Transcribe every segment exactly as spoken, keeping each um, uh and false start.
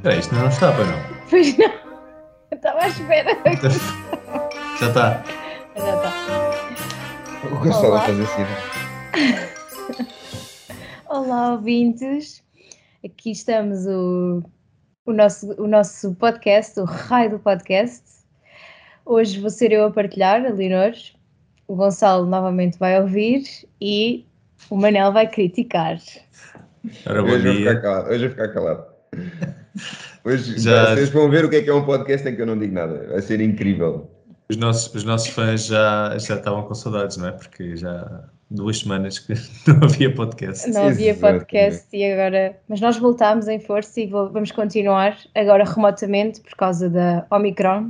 Espera, isto não está, para não? Pois não, eu estava à espera. Já está. Já está. O que eu estava a fazer assim. Olá, ouvintes. Aqui estamos o, o, nosso, o nosso podcast, o raio do podcast. Hoje vou ser eu a partilhar, a Leonor. O Gonçalo novamente vai ouvir e o Manel vai criticar. Ora, bom Hoje vou dia. ficar calado. Hoje vou ficar calado. Hoje, Já- vocês vão ver o que é que é um podcast em que eu não digo nada. Vai ser incrível. Os nossos, os nossos fãs já, já estavam com saudades, não é? Porque já há duas semanas que não havia podcast. Não havia Exatamente. podcast e agora... Mas nós voltámos em força e vou- vamos continuar agora remotamente por causa da Omicron.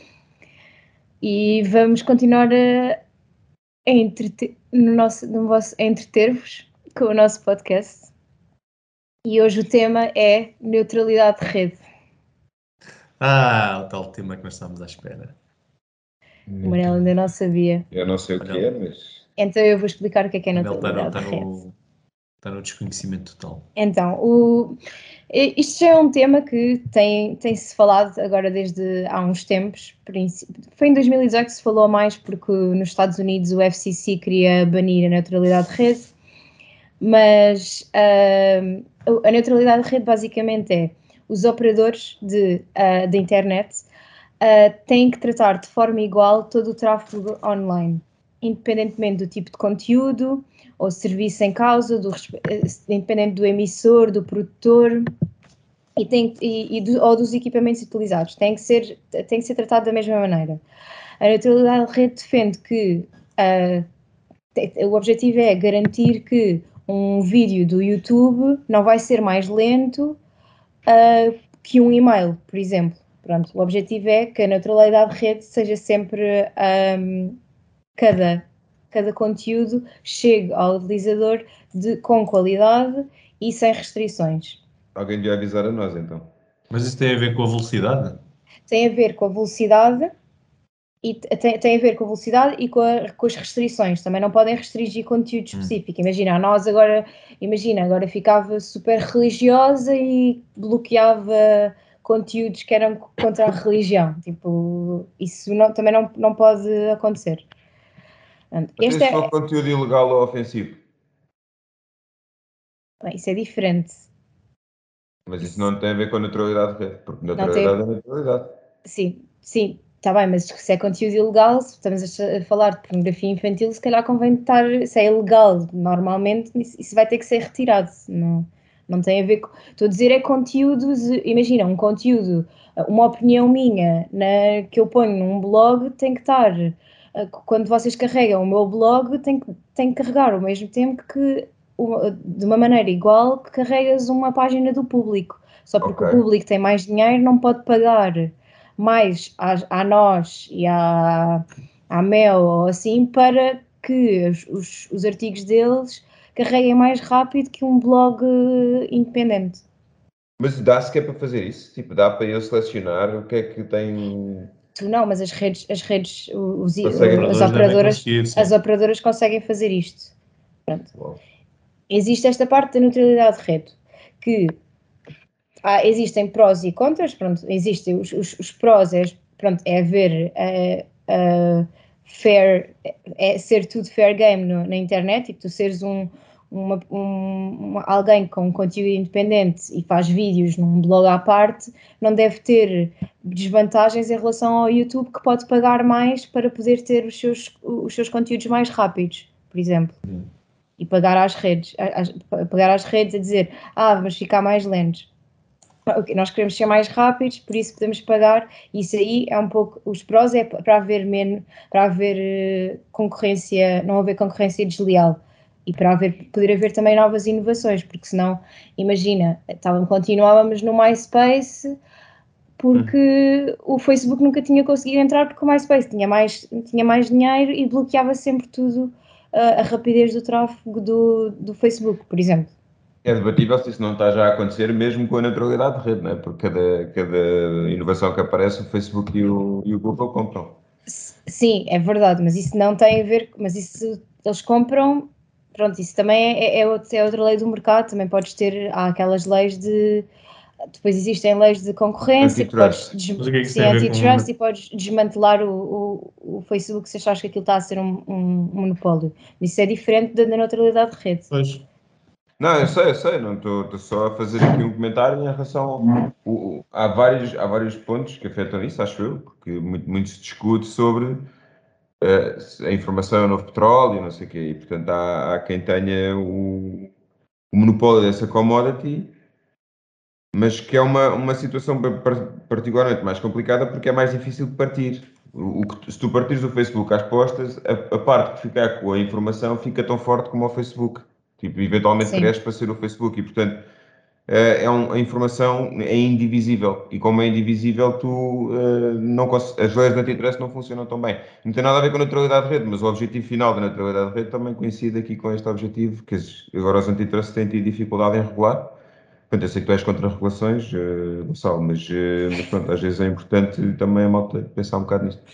E vamos continuar a, a, entreter, no nosso, no vosso, a entreter-vos com o nosso podcast. E hoje o tema é neutralidade de rede. Ah, o tal tema que nós estávamos à espera. O Manel ainda não sabia. Eu não sei o que Olha. é, mas. Então eu vou explicar o que é que é O Manel está no, neutralidade está, de rede. no, está no desconhecimento total. Então, o, isto já é um tema que tem, tem-se falado agora desde há uns tempos. Foi em dois mil e dezoito que se falou mais porque nos Estados Unidos o F C C queria banir a neutralidade de rede, mas uh, a neutralidade de rede basicamente é os operadores de, uh, de internet uh, têm que tratar de forma igual todo o tráfego online, independentemente do tipo de conteúdo ou serviço em causa, do, independente do emissor, do produtor e, tem, e, e do, ou dos equipamentos utilizados. Tem que ser, tem que ser tratado da mesma maneira. A neutralidade de rede defende que uh, o objetivo é garantir que um vídeo do YouTube não vai ser mais lento uh, que um e-mail, por exemplo. Pronto, o objetivo é que a neutralidade de rede seja sempre um, cada, cada conteúdo chegue ao utilizador de, com qualidade e sem restrições. Alguém devia avisar a nós então. Mas isso tem a ver com a velocidade? Tem a ver com a velocidade e tem, tem a ver com a velocidade e com, a, com as restrições. Também não podem restringir conteúdo específico. Hum. Imagina, nós agora, imagina, agora ficava super religiosa e bloqueava conteúdos que eram contra a religião. Tipo, isso não, também não, não pode acontecer. Este se for é... conteúdo ilegal ou ofensivo? Bem, isso é diferente. Mas isso não tem a ver com a neutralidade de rede, porque neutralidade tem... é neutralidade. Sim, sim. Está bem, mas se é conteúdo ilegal, se estamos a falar de pornografia infantil, se calhar convém estar, se é ilegal, normalmente, isso vai ter que ser retirado. Não, não tem a ver com... Estou a dizer é conteúdos, imagina, um conteúdo, uma opinião minha na, que eu ponho num blog tem que estar, quando vocês carregam o meu blog, tem que, tem que carregar ao mesmo tempo que, de uma maneira igual, que carregas uma página do público. Só porque okay. O público tem mais dinheiro, não pode pagar mais a, a nós e à, à Mel ou assim para que os, os, os artigos deles carreguem mais rápido que um blog independente. Mas dá-se que é para fazer isso? Tipo, dá para eu selecionar o que é que tem... Tu não, mas as redes, as redes, os, os, as operadoras, as operadoras conseguem fazer isto. Pronto. Uau. Existe esta parte da neutralidade de rede, que Ah, existem prós e contras, pronto, existem os, os, os prós, é, pronto, é haver uh, uh, fair, é ser tudo fair game no, na internet e tu seres um, uma, um, uma, alguém com conteúdo independente e faz vídeos num blog à parte, não deve ter desvantagens em relação ao YouTube que pode pagar mais para poder ter os seus, os seus conteúdos mais rápidos, por exemplo. Hum. E pagar às redes, a, a, pagar às redes a dizer, ah, vamos ficar mais lentos. Okay, nós queremos ser mais rápidos, por isso podemos pagar. Isso aí é um pouco, os prós é para haver menos, para haver uh, concorrência, não haver concorrência desleal e para haver, poder haver também novas inovações, porque senão, imagina, estávamos, continuávamos no MySpace porque hum. o Facebook nunca tinha conseguido entrar porque o MySpace tinha mais, tinha mais dinheiro e bloqueava sempre tudo, uh, a rapidez do tráfego do, do Facebook, por exemplo. É debatível se isso não está já a acontecer mesmo com a neutralidade de rede, não é? Porque cada, cada inovação que aparece o Facebook e o, e o Google compram. Sim, é verdade, mas isso não tem a ver, mas isso eles compram, pronto, isso também é, é, outra, é outra lei do mercado, também podes ter, há aquelas leis de depois existem leis de concorrência que podes, Antitrust. des- Mas o que é que isso sim, tem a ver com- antitrust, e podes desmantelar o, o, o Facebook se achares que aquilo está a ser um, um monopólio. Isso é diferente da, da neutralidade de rede. Pois. Não, eu sei, eu sei, não estou só a fazer aqui um comentário em relação ao, o- há vários, há vários pontos que afetam isso, acho eu, porque muito, muito se discute sobre eh, se a informação é o novo petróleo, não sei o quê, e portanto há, há quem tenha o, o monopólio dessa commodity, mas que é uma, uma situação pa- par- particularmente mais complicada porque é mais difícil de partir. O, o que tu- se tu partires do Facebook às postas, a, a parte que ficar com a informação fica tão forte como o Facebook. Tipo, eventualmente Sim. cresce para ser o Facebook e, portanto, eh, é um- a informação é indivisível. E como é indivisível, tu, eh, não cons- as leis de antitrust não funcionam tão bem. Não tem nada a ver com a neutralidade de rede, mas o objetivo final da neutralidade de rede também coincide aqui com este objetivo, que as- agora os antitrust têm tido dificuldade em regular. Portanto, eu sei que tu és contra regulações, uh, Gonçalo, mas, eh, mas pronto, às vezes é importante também a malta pensar um bocado nisto.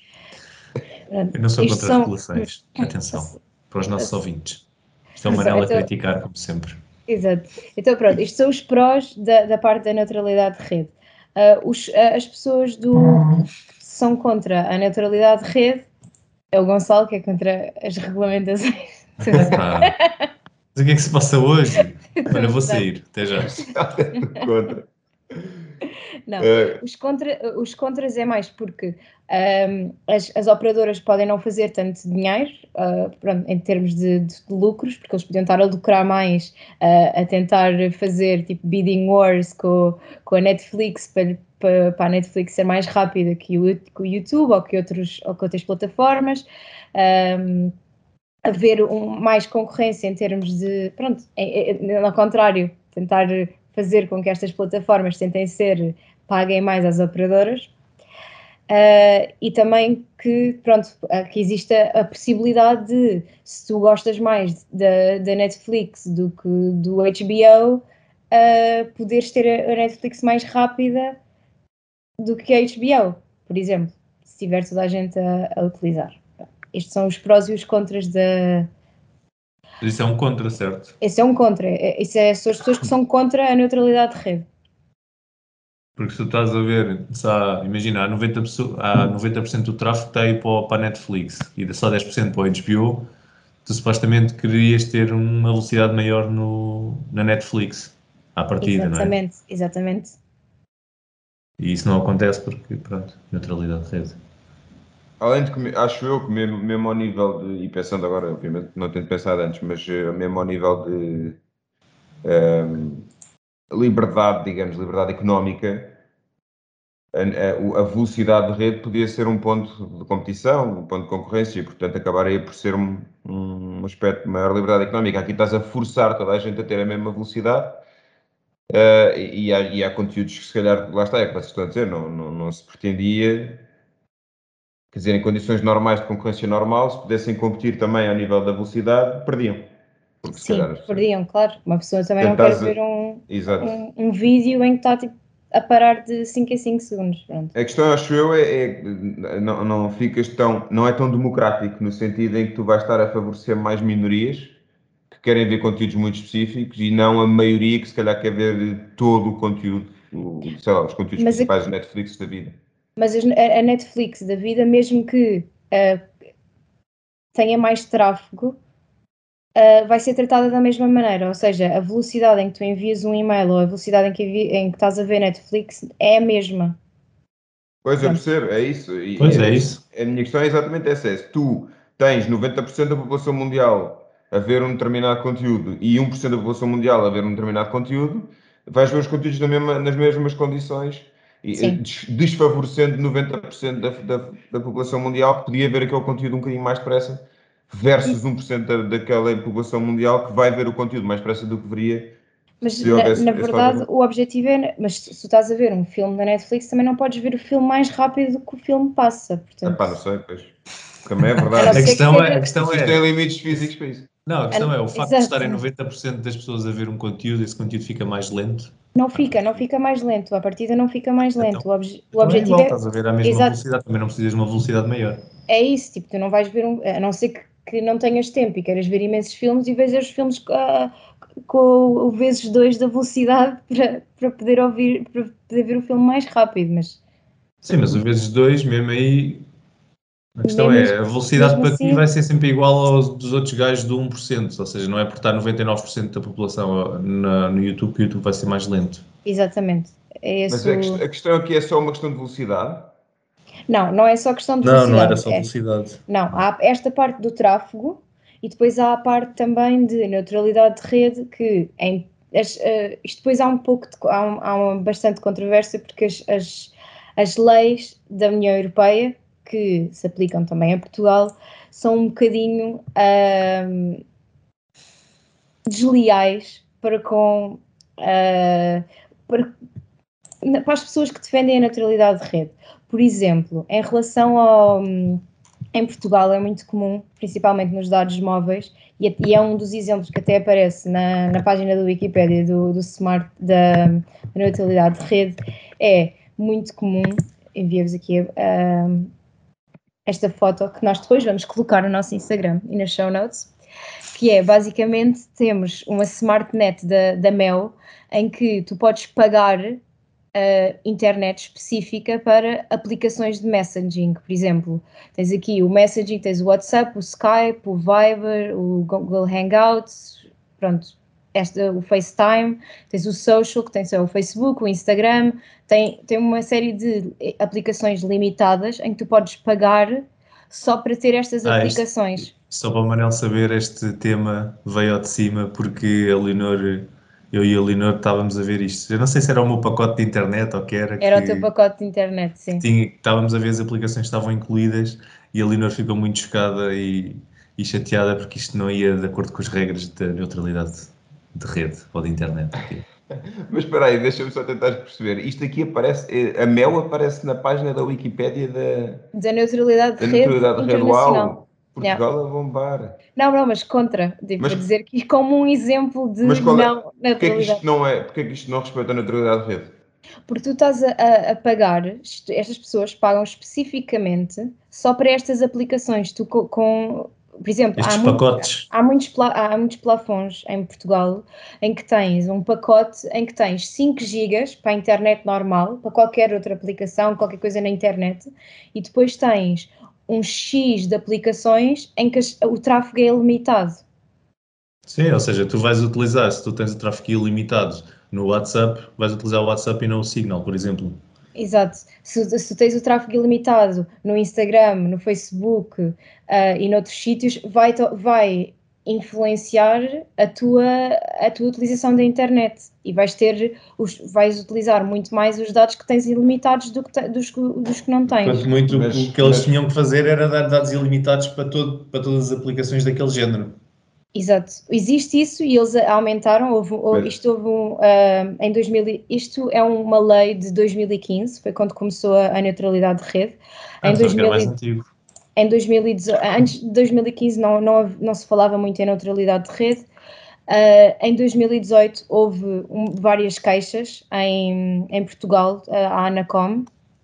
Eu não sou Isto contra são- regulações. Atenção. Para os nossos ouvintes. Isto é uma Então- manela a criticar, como sempre. Exato. Então, pronto, isto são os prós da, da parte da neutralidade de rede. Ah, os- ah, as pessoas do, que são contra a neutralidade de rede é o Gonçalo, que é contra as regulamentações. Ah. Mas o que é que se passa hoje? Olha, vou sair. Até já. Contra. Não, Eh, os, contra, os contras é mais porque ahm, as, as operadoras podem não fazer tanto dinheiro, ah, pronto, em termos de, de- de lucros, porque eles podiam estar a lucrar mais, ah, a tentar fazer tipo bidding wars com, com a Netflix para, para, para a Netflix ser mais rápida que o, que o YouTube ou que, outros, ou que outras plataformas. Ahm, haver um, mais concorrência em termos de, pronto, é, é, ao contrário, tentar fazer com que estas plataformas tentem ser, paguem mais às operadoras. Uh, e também que, pronto, que exista a possibilidade de, se tu gostas mais da, da Netflix do que do H B O, uh, poderes ter a Netflix mais rápida do que a H B O, por exemplo, se tiver toda a gente a, a utilizar. Estes são os prós e os contras da... Mas isso é um contra, certo? Esse é um contra. Isso é, são as pessoas que são contra a neutralidade de rede. Porque se tu estás a ver, se há, imagina, há noventa por cento, há noventa por cento do tráfego que está aí para, o- para a Netflix e só dez por cento para o H B O, tu supostamente querias ter uma velocidade maior no, na Netflix, à partida, não é? Exatamente, exatamente. E isso não acontece porque, pronto, neutralidade de rede. Além de que, me- acho eu que mesmo, mesmo ao nível de, e pensando agora, obviamente não tendo pensado antes, mas eh, mesmo ao nível de ehm, liberdade, digamos, liberdade económica, a, a- o- a velocidade de rede podia ser um ponto de competição, um ponto de concorrência, e portanto acabaria por ser um, um aspecto de maior liberdade económica. Aqui estás a forçar toda a gente a ter a mesma velocidade, eh, e, há, e há conteúdos que se calhar, lá está, é o que vocês estão a dizer, não, não, não se pretendia. Quer dizer, em condições normais de concorrência normal, se pudessem competir também ao nível da velocidade, perdiam. Porque se Sim, calhar as pessoas. perdiam, claro. Uma pessoa também não Portanto, quer estás ver a- um, Exato. um, um vídeo em que está tipo, a parar de cinco em cinco segundos. Pronto. A questão, acho eu, é, é não, não ficas tão, não é tão democrático no sentido em que tu vais estar a favorecer mais minorias que querem ver conteúdos muito específicos e não a maioria que se calhar quer ver todo o conteúdo, o, sei lá, os conteúdos Mas a- principais da Netflix da vida. Mas as- a, a Netflix da vida, mesmo que ah, tenha mais tráfego, ah, vai ser tratada da mesma maneira. Ou seja, a velocidade em que tu envias um e-mail ou a velocidade em que, envi- em que estás a ver Netflix é a mesma. Pois, eu Pronto. percebo, é isso. E, Pois e é a, isso. a minha questão é exatamente essa: é, se tu tens noventa por cento da população mundial a ver um determinado conteúdo e um por cento da população mundial a ver um determinado conteúdo, vais ver os conteúdos na mesma- nas mesmas condições, e, eh, Sim. des- desfavorecendo noventa por cento da, da, da população mundial que podia ver aquele conteúdo um bocadinho mais depressa, versus um por cento da, daquela população mundial que vai ver o conteúdo mais depressa do que veria Mas se na, houvesse na esse verdade fator. o objetivo é. Mas se tu estás a ver um filme da Netflix, também não podes ver o filme mais rápido do que o filme passa. Portanto, Epá, não sei, pois. Também é a não verdade. A ser que questão é, seja- a questão Existem é, limites físicos para isso. não, a questão é, o facto de Exato. estarem noventa por cento das pessoas a ver um conteúdo, esse conteúdo fica mais lento. Não fica, não fica mais lento. A partida não fica mais lento. Então, o, obje- o então é objetivo igual, é. estás a ver à mesma Exato. velocidade, também não precisas de uma velocidade maior. É isso, tipo, tu não vais ver um. A não ser que, que não tenhas tempo e queiras ver imensos filmes e vejas os filmes ah, com o vezes dois da velocidade para, para poder ouvir, para poder ver o filme mais rápido, mas... Sim, mas o vezes dois, mesmo aí, a questão Mesmo, é, a velocidade mesmo para ti assim, vai ser sempre igual aos dos outros gajos do um por cento, ou seja, não é por estar noventa e nove por cento da população na, no YouTube que o YouTube vai ser mais lento. exatamente. É Mas esse a, o... quest- a questão aqui é só uma questão de velocidade. Não, não é só questão de Não, não era velocidade. só É, velocidade. não, há esta parte do tráfego e depois há a parte também de neutralidade de rede que em, as, uh, isto depois há um pouco de, há, um, há uma bastante controvérsia porque as, as, as leis da União Europeia que se aplicam também a Portugal são um bocadinho uh, desleais para com uh, para, para as pessoas que defendem a neutralidade de rede. Por exemplo, em relação ao em Portugal é muito comum, principalmente nos dados móveis, e é, e é um dos exemplos que até aparece na, na página da Wikipédia do, do Smart, da, da neutralidade de rede, é muito comum, envio-vos aqui uh, esta foto que nós depois vamos colocar no nosso Instagram e nas show notes, que é, basicamente, temos uma SmartNet da, da Mel, em que tu podes pagar Uh, internet específica para aplicações de messaging, por exemplo. Tens aqui o messaging, tens o WhatsApp, o Skype, o Viber, o Google Hangouts, pronto, esta, o FaceTime, tens o Social, que tem só o Facebook, o Instagram, tem, tem uma série de aplicações limitadas em que tu podes pagar só para ter estas Ah, aplicações. Isto, só para o Manel saber, este tema veio ao de cima porque a Leonor, eu e a Leonor estávamos a ver isto. Eu não sei se era o meu pacote de internet ou o que era, Era o teu que, pacote de internet, sim. que tinha, que estávamos a ver as aplicações que estavam incluídas e a Leonor ficou muito chocada e, e chateada porque isto não ia de acordo com as regras da neutralidade de rede ou de internet. Mas espera aí, deixa-me só tentar perceber. Isto aqui aparece, eh, a Mel aparece na página da Wikipédia da, Da neutralidade da de rede neutralidade de rede. internacional. Uau! Portugal a bombar. Não, não, mas contra, tipo, Mas- vou dizer que isto como um exemplo de Mas qual é, não porque é que neutralidade. isto não é, porque é que isto não respeita a neutralidade de rede? Porque tu estás a, a- a pagar, isto- estas pessoas pagam especificamente só para estas aplicações. Tu co- com, por exemplo, há, Estes muito- pacotes. há muitos, pla- há muitos plafons em Portugal em que tens um pacote em que tens cinco gigas para a internet normal, para qualquer outra aplicação, qualquer coisa na internet, e depois tens um X de aplicações em que as- o tráfego é ilimitado. Sim, ou seja, tu vais utilizar, se tu tens o tráfego ilimitado no WhatsApp, vais utilizar o WhatsApp e não o Signal, por exemplo. Exato. Se, se tens o tráfego ilimitado no Instagram, no Facebook uh, e noutros sítios, vai, vai influenciar a tua, a tua utilização da internet e vais ter os, vais utilizar muito mais os dados que tens ilimitados do que te, dos, dos que não tens. Quanto muito Mas- o que eles mas- tinham que fazer era dar dados ilimitados para, todo, para todas as aplicações daquele género. Exato, existe isso e eles aumentaram, houve, houve, Mas- isto houve um, uh, em dois mil, isto é uma lei de dois mil e quinze, foi quando começou a, a neutralidade de rede. Ah, Em pensava que era 2000 mais antigo. Em dois mil e dezoito, antes de dois mil e quinze não, não, não se falava muito em neutralidade de rede. Uh, em dois mil e dezoito houve um, várias queixas em, em Portugal, uh, à Anacom,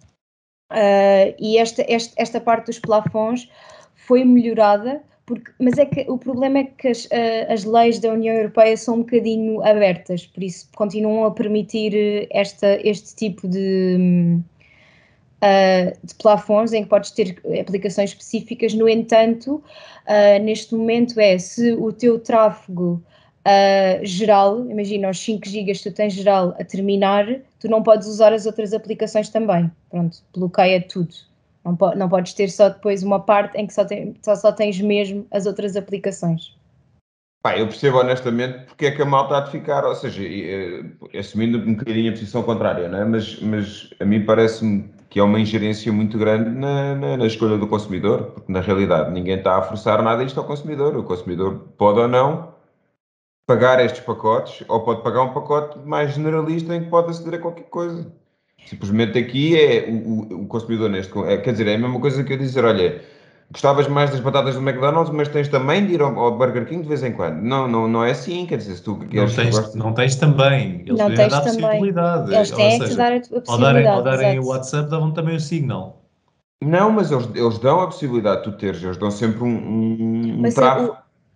uh, e esta, esta, esta parte dos plafons foi melhorada, porque, mas é que o problema é que as, uh, as leis da União Europeia são um bocadinho abertas, por isso continuam a permitir esta, este tipo de... Uh, de plafons em que podes ter aplicações específicas. No entanto, uh, neste momento é se o teu tráfego uh, geral, imagina os cinco gigas que tu tens geral a terminar, tu não podes usar as outras aplicações também. Pronto, bloqueia tudo. Não, po não podes ter só depois uma parte em que só, tem, só, só tens mesmo as outras aplicações. Pá, eu percebo honestamente porque é que a malta há de ficar, ou seja, eh, assumindo um bocadinho a posição contrária, não é? Mas, mas a mim parece-me que é uma ingerência muito grande na, na, na escolha do consumidor, porque na realidade ninguém está a forçar nada isto ao consumidor. O consumidor pode ou não pagar estes pacotes, ou pode pagar um pacote mais generalista em que pode aceder a qualquer coisa. Simplesmente aqui é o, o, o consumidor neste... É, quer dizer, é a mesma coisa que eu dizer, olha... Gostavas mais das batatas do McDonald's, mas tens também de ir ao, ao Burger King de vez em quando. Não, não, não é assim, quer dizer, se tu Não queres, tu tens, gostas... não tens também. Eles Não podiam tens dar a também. possibilidade. Eles Ou têm é que te seja, dar a, a ao darem, possibilidade, ao darem o exato. WhatsApp, davam também o Signal. Não, mas eles, eles dão a possibilidade de tu teres, eles dão sempre um, um, um Mas o, tráfego.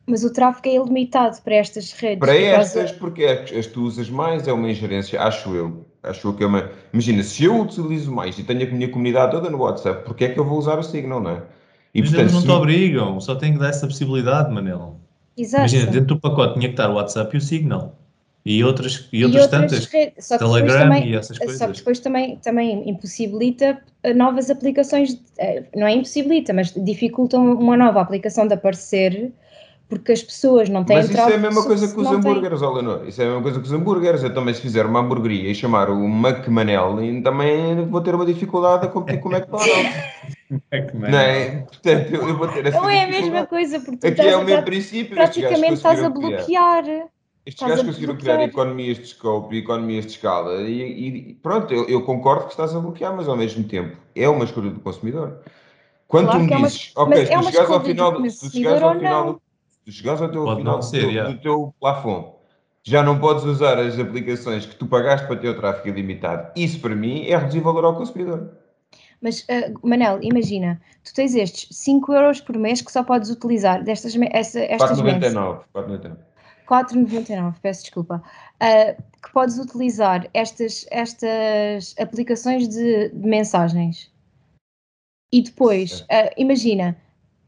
Mas o tráfego é ilimitado para estas redes. Para por causa- estas, porque é que as tu usas mais, é uma ingerência, acho eu. Acho eu que é uma. Imagina, se eu utilizo mais e tenho a minha comunidade toda no WhatsApp, porque é que eu vou usar o Signal, não é? E Mas portanto, eles não se te me- obrigam, só têm que dar essa possibilidade, Manel. Imagina, Exato. dentro do pacote tinha que estar o WhatsApp e o Signal. E outras, e E outras outras tantas, redes. Só que depois Telegram também, e essas só que coisas. depois também, também impossibilita eh, novas aplicações. eh, Não é impossibilita, mas dificulta uma nova aplicação de aparecer porque as pessoas não têm Mas isso é a tráfego mesma se- coisa se que os não têm. hambúrgueres, ó Leonor. Isso é a mesma coisa que os hambúrgueres. Eu também, se fizer uma hamburgueria e chamar o McManel, e também vou ter uma dificuldade a competir com o McDonald's. É que Não Manel. é? Portanto, eu, eu vou ter essa Não é a mesma dificuldade. coisa, porque tu Aqui é estás o a, mesmo pra- princípio. Estes gajos praticamente estás a conseguiram criar. bloquear. Estes Estás a gajos conseguiram criar bloquear. economias de scope e economias de escala. E, e pronto, eu, eu concordo que estás a bloquear, mas ao mesmo tempo é uma escolha do consumidor. Quando tu Claro me que é uma, dizes, ok, mas se é tu uma chegares ao escolha do final, do- se tu chegares consumidor ao ou final, não. do- se tu chegares ao teu Pode não final do ser, teu, já. do teu plafond, já não podes usar as aplicações que tu pagaste para ter o tráfego ilimitado. Isso para mim é reduzir valor ao consumidor. Mas, uh, Manel, imagina, tu tens estes cinco euros por mês que só podes utilizar destas, essa, estas mensagens. quatro vírgula noventa e nove. quatro vírgula noventa e nove, peço desculpa. Uh, que podes utilizar estas, estas aplicações de, de mensagens. E depois, uh, imagina,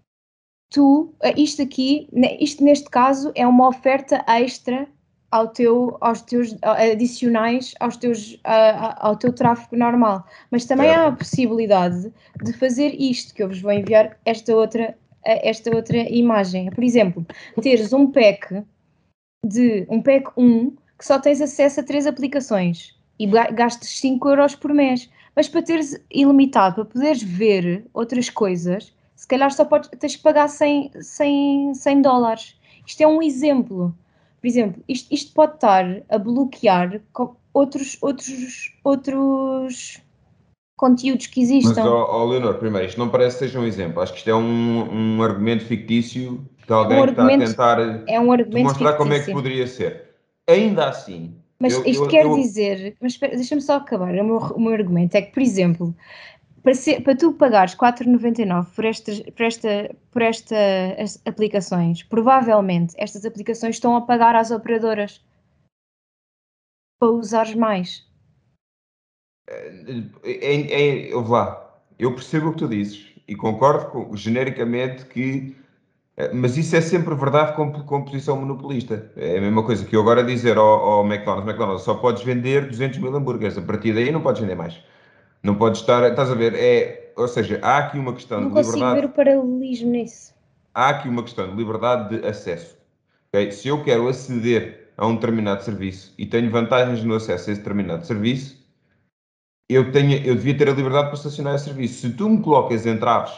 tu, uh, isto aqui, isto neste caso é uma oferta extra ao teu, aos teus adicionais aos teus, uh, ao teu tráfego normal. Mas também Certo. há a possibilidade de fazer isto, que eu vos vou enviar esta outra, esta outra imagem. Por exemplo, teres um pack de um pack um que só tens acesso a três aplicações e gastas cinco euros por mês. Mas para teres ilimitado, para poderes ver outras coisas, se calhar só podes, tens que pagar cem, cem, cem dólares. Isto é um exemplo. Por exemplo, isto, isto pode estar a bloquear outros, outros, outros conteúdos que Mas, existam. ó, ó, Leonor, primeiro, isto não parece que seja um exemplo. Acho que isto é um, um argumento fictício de alguém É um que está a argumento, tentar é um argumento demonstrar como é que fictício. poderia ser. Ainda assim, Mas eu, isto eu, quer eu- dizer, mas espera, deixa-me só acabar. O meu, o meu argumento é que, por exemplo, para, ser- para tu pagares quatro vírgula noventa e nove por estas, por, esta, por estas aplicações, provavelmente estas aplicações estão a pagar às operadoras para usares mais. é, é, eu, lá, eu percebo o que tu dizes e concordo com- genericamente que. eh, Mas isso é sempre verdade com, com posição monopolista. É a mesma coisa que eu agora dizer ao, ao McDonald's: McDonald's, só podes vender duzentos mil hambúrgueres, a partir daí não podes vender mais. Não podes estar. Estás a ver? É, ou seja, há aqui uma questão Não de consigo ver liberdade. o paralelismo nisso. Há aqui uma questão de liberdade de acesso. Ok? Se eu quero aceder a um determinado serviço e tenho vantagens no acesso a esse determinado serviço, eu, tenho, eu devia ter a liberdade para estacionar esse serviço. Se tu me colocas entraves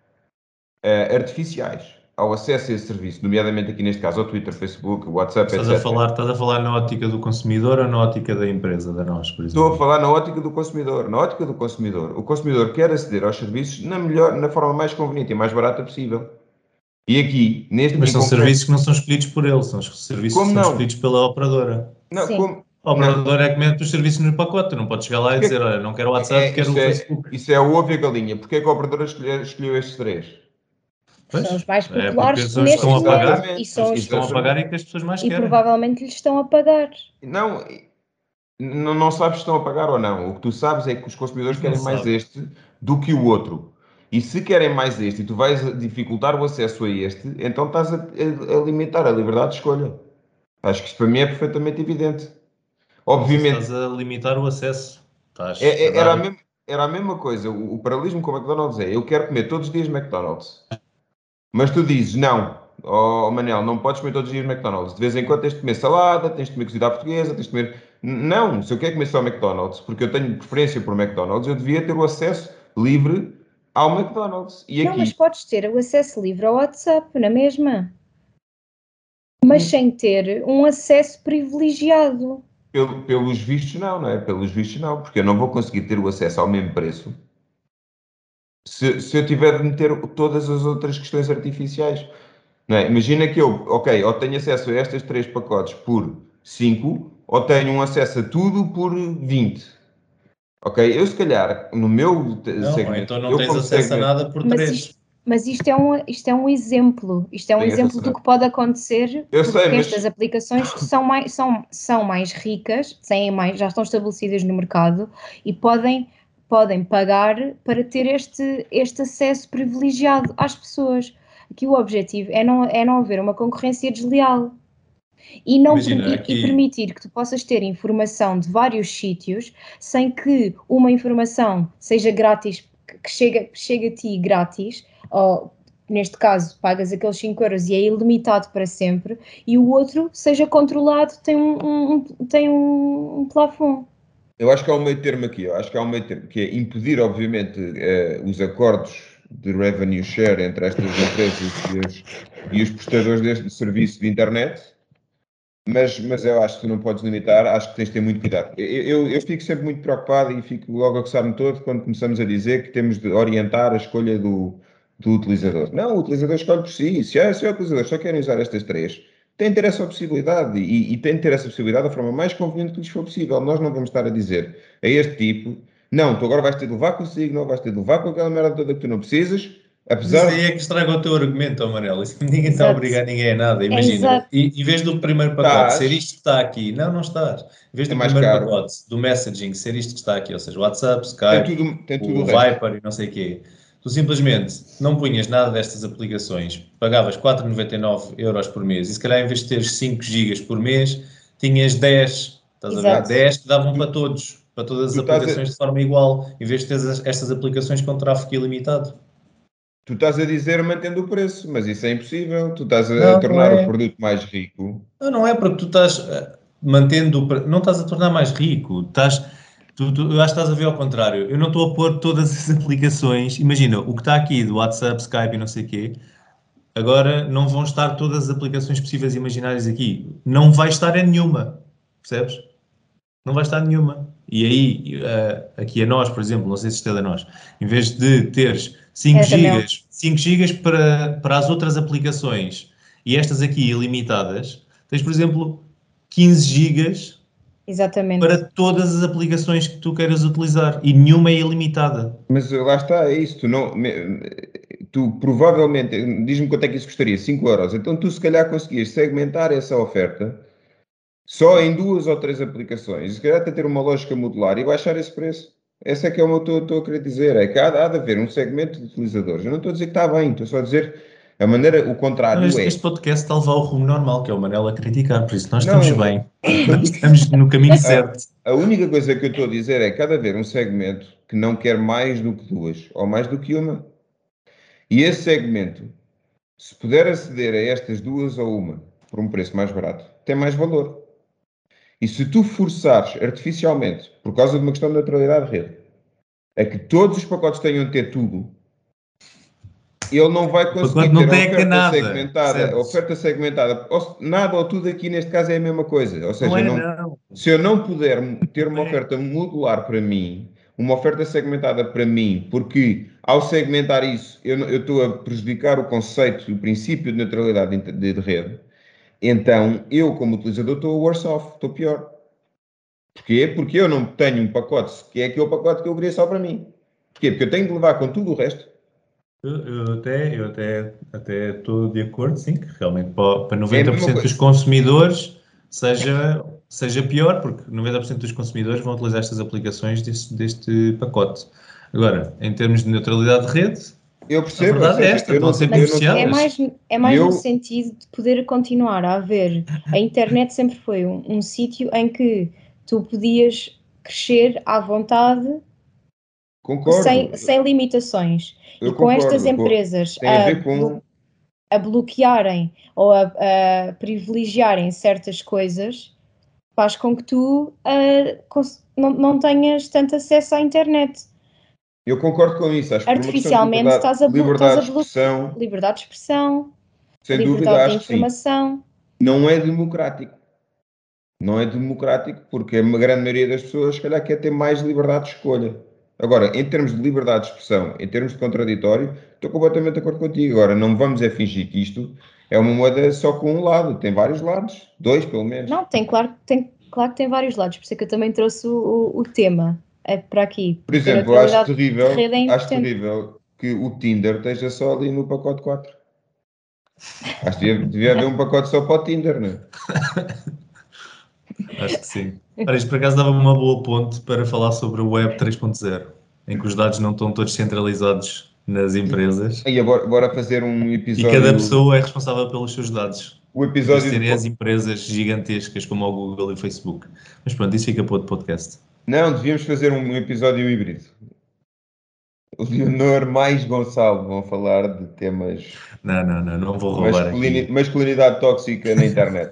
uh, artificiais ao acesso a esse serviço, nomeadamente aqui neste caso ao Twitter, Facebook, WhatsApp, Estás a etcétera. falar, estás a falar na ótica do consumidor ou na ótica da empresa, da nós, por Estou a exemplo? falar na ótica do consumidor. Na ótica do consumidor, o consumidor quer aceder aos serviços na melhor, na forma mais conveniente e mais barata possível. E aqui, neste Mas em são concreto, serviços que não são escolhidos por ele, são os serviços que como são não? escolhidos pela operadora. Não, Sim. como? A Não. operadora é que mete os serviços no pacote, tu não podes chegar lá e Porque dizer, olha, não quero o é, WhatsApp, quero isso, o é, Facebook. isso é a ovo e a galinha. Porquê é que a operadora escolheu, escolheu estes três? Pois, São os mais é porque populares são os que neste estão a momento pagar, e Exatamente, são os são que os, estão a pagar exatamente. e que as pessoas mais e querem. provavelmente lhes estão a pagar. Não, não, não sabes se estão a pagar ou não. O que tu sabes é que os consumidores Mas não querem mais sabe. este do que o outro. E se querem mais este e tu vais dificultar o acesso a este, então estás a, a, a limitar a liberdade de escolha. Acho que isto para mim é perfeitamente evidente. Não sei se estás Obviamente, a limitar o acesso. Estás é- a é- era, a dar. mesma, era a mesma coisa. O, o paralelismo com o McDonald's é: eu quero comer todos os dias McDonald's. Mas tu dizes, não, oh Manel, não podes comer todos os dias McDonald's. De vez em quando tens de comer salada, tens de comer cozida à portuguesa, tens de comer. Não, se eu quero comer só McDonald's, porque eu tenho preferência por McDonald's, eu devia ter o acesso livre ao McDonald's. E Não, mas aqui, podes ter o acesso livre ao WhatsApp, na mesma. Mas sem ter um acesso privilegiado. pelo- pelos vistos, não, não é? Pelos vistos, não, porque eu não vou conseguir ter o acesso ao mesmo preço se, se eu tiver de meter todas as outras questões artificiais. Não é? Imagina que eu, ok, ou tenho acesso a estes três pacotes por cinco, ou tenho um acesso a tudo por vinte. Ok? Eu, se calhar, no meu te- Não, ou segmento, então não eu tens como acesso a segmento, nada por Mas isto, três. Mas isto é um, isto é um exemplo, isto é um Sim, exemplo do que pode acontecer, Eu porque sei, mas- estas aplicações são mais, são, são mais ricas, têm mais, já estão estabelecidas no mercado e podem, podem pagar para ter este, este acesso privilegiado às pessoas. Aqui o objetivo é não, é não haver uma concorrência desleal e, não, Imagina, e- aqui- e permitir que tu possas ter informação de vários sítios sem que uma informação seja grátis, que que chega, chega a ti grátis, ou neste caso pagas aqueles cinco euros e é ilimitado para sempre, e o outro seja controlado, tem um, um- um- tem um, um plafond. Eu acho que há um meio termo aqui. Eu acho que há um meio termo, que é impedir, obviamente, eh, os acordos de revenue share entre estas empresas e os, e os prestadores deste serviço de internet, mas, mas eu acho que tu não podes limitar, acho que tens de ter muito cuidado. Eu, eu, eu fico sempre muito preocupado e fico logo a coçar-me todo quando começamos a dizer que temos de orientar a escolha do, do utilizador. Não, o utilizador escolhe por si. Se é, se é o utilizador só querem usar estas três, tem de ter essa possibilidade e, e tem de ter essa possibilidade da forma mais conveniente que lhes for possível. Nós não vamos estar a dizer a este tipo, não, tu agora vais ter de levar consigo, não vais ter de levar com aquela merda toda que tu não precisas, Mas apesar aí de... é que estraga o teu argumento, ó Manel. Isso ninguém está a Exato. obrigar ninguém a nada. Imagina, Exato. e, em vez do primeiro pacote ser isto que está aqui, não, não estás. Em vez É do mais primeiro caro. pacote do messaging ser isto que está aqui, ou seja, WhatsApp, Tem Skype, tudo, tem tudo o o resto. Viper e não sei o quê, tu simplesmente não punhas nada destas aplicações, pagavas quatro vírgula noventa e nove euros por mês e se calhar em vez de teres cinco gigas por mês, tinhas dez, estás a ver? Exato. dez que davam para todos, para todas as Tu estás a- aplicações de forma igual, em vez de teres as- estas aplicações com tráfego ilimitado. Tu estás a dizer mantendo o preço, mas isso é impossível. Tu estás a, Não, não tornar é. o produto mais rico. Não, não é porque tu estás eh, mantendo, o pre- não estás a tornar mais rico, estás, tu, tu- eu acho que estás a ver ao contrário. Eu não estou a pôr todas as aplicações, imagina, o que está aqui do WhatsApp, Skype e não sei o quê, agora não vão estar todas as aplicações possíveis e imaginárias aqui. Não vai estar em nenhuma, percebes? Não vai estar nenhuma. E aí, eh, aqui a nós, por exemplo, não sei se isto é da nós, em vez de teres cinco É da Mel. gigas, cinco gigas para, para as outras aplicações e estas aqui ilimitadas, tens, por exemplo, quinze gigas Exatamente. para todas as aplicações que tu queiras utilizar e nenhuma é ilimitada. Mas uh, lá está, é isso. Tu, não, me- tu provavelmente, diz-me quanto é que isso custaria? cinco euros. Então tu se calhar conseguias segmentar essa oferta só em duas ou três aplicações. Se calhar até ter uma lógica modular e baixar esse preço. Essa é que é o que eu estou a querer dizer. É que há, há de haver um segmento de utilizadores. Eu não estou a dizer que está bem, estou só a dizer a maneira, o contrário Não, este, é. este podcast está a levar o rumo normal, que é o Manel a criticar, por isso nós Não, estamos bem. Nós estamos no caminho certo. A única coisa que eu estou a dizer é que há de haver um segmento que não quer mais do que duas, ou mais do que uma. E esse segmento, se puder aceder a estas duas ou uma por um preço mais barato, tem mais valor. E se tu forçares artificialmente, por causa de uma questão de neutralidade de rede, a que todos os pacotes tenham de ter tudo, ele não vai conseguir pacote não ter a tem oferta nada, segmentada, a percebes? oferta segmentada, ou- nada ou tudo aqui neste caso é a mesma coisa. Ou Não seja, é, não, não. se eu não puder ter uma Não é. oferta modular para mim, uma oferta segmentada para mim, porque ao segmentar isso eu não- eu estou a prejudicar o conceito e o princípio de neutralidade de, de rede, então eu, como utilizador, estou worse off, estou pior. Porquê? Porque eu não tenho um pacote que é aquele pacote que eu queria só para mim. Porquê? Porque eu tenho de levar com tudo o resto. Eu, eu até eu até até estou de acordo, sim, que realmente para, para É a noventa por mesma cento dos coisa. consumidores seja, seja pior, porque noventa por cento dos consumidores vão utilizar estas aplicações deste, deste pacote. Agora, em termos de neutralidade de rede, Eu a percebo, ou verdade é seja, esta, eu estão a não, ser eu não, É beneficiadas. mais, é mais eu- no sentido de poder continuar a haver. A internet sempre foi um, um sítio em que tu podias crescer à vontade concordo. sem, sem limitações. Eu E com estas concordo. com- empresas Tem a a, ver blo- com. a bloquearem ou a, a privilegiarem certas coisas, faz com que tu ah, cons- não, não tenhas tanto acesso à internet. Eu concordo com isso. Acho que por uma questão de Artificialmente liberdade, estás a, blo- liberdade estás a de bloquear expressão, liberdade de expressão, sem dúvida, liberdade de acho que sim. informação. Não é democrático. Não é democrático porque a grande maioria das pessoas, se calhar, quer ter mais liberdade de escolha. Agora, em termos de liberdade de expressão, em termos de contraditório, estou completamente de acordo contigo. Agora, não vamos é fingir que isto é uma moeda só com um lado. Tem vários lados. Dois, pelo menos. Não, tem claro, tem, claro que tem vários lados, por isso é que eu também trouxe o, o, o tema é para aqui. Por Porque a exemplo, acho neutralidade de terrível, rede é acho importante. terrível que o Tinder esteja só ali no pacote quatro. Acho que devia, devia haver um pacote só para o Tinder, não é? Acho que sim. Olha, isto por acaso dava uma boa ponte para falar sobre o Web três ponto zero, em que os dados não estão todos centralizados nas empresas Aí, bora, bora fazer um e episódio. cada pessoa é responsável pelos seus dados. O Em vez de episódio serem do... as empresas gigantescas como o Google e o Facebook. Mas pronto, isso fica para outro podcast. Não, devíamos fazer um episódio híbrido. O Leonor mais Gonçalo vão falar de temas Não, não, não, não vou roubar masculini... aqui. masculinidade tóxica na internet.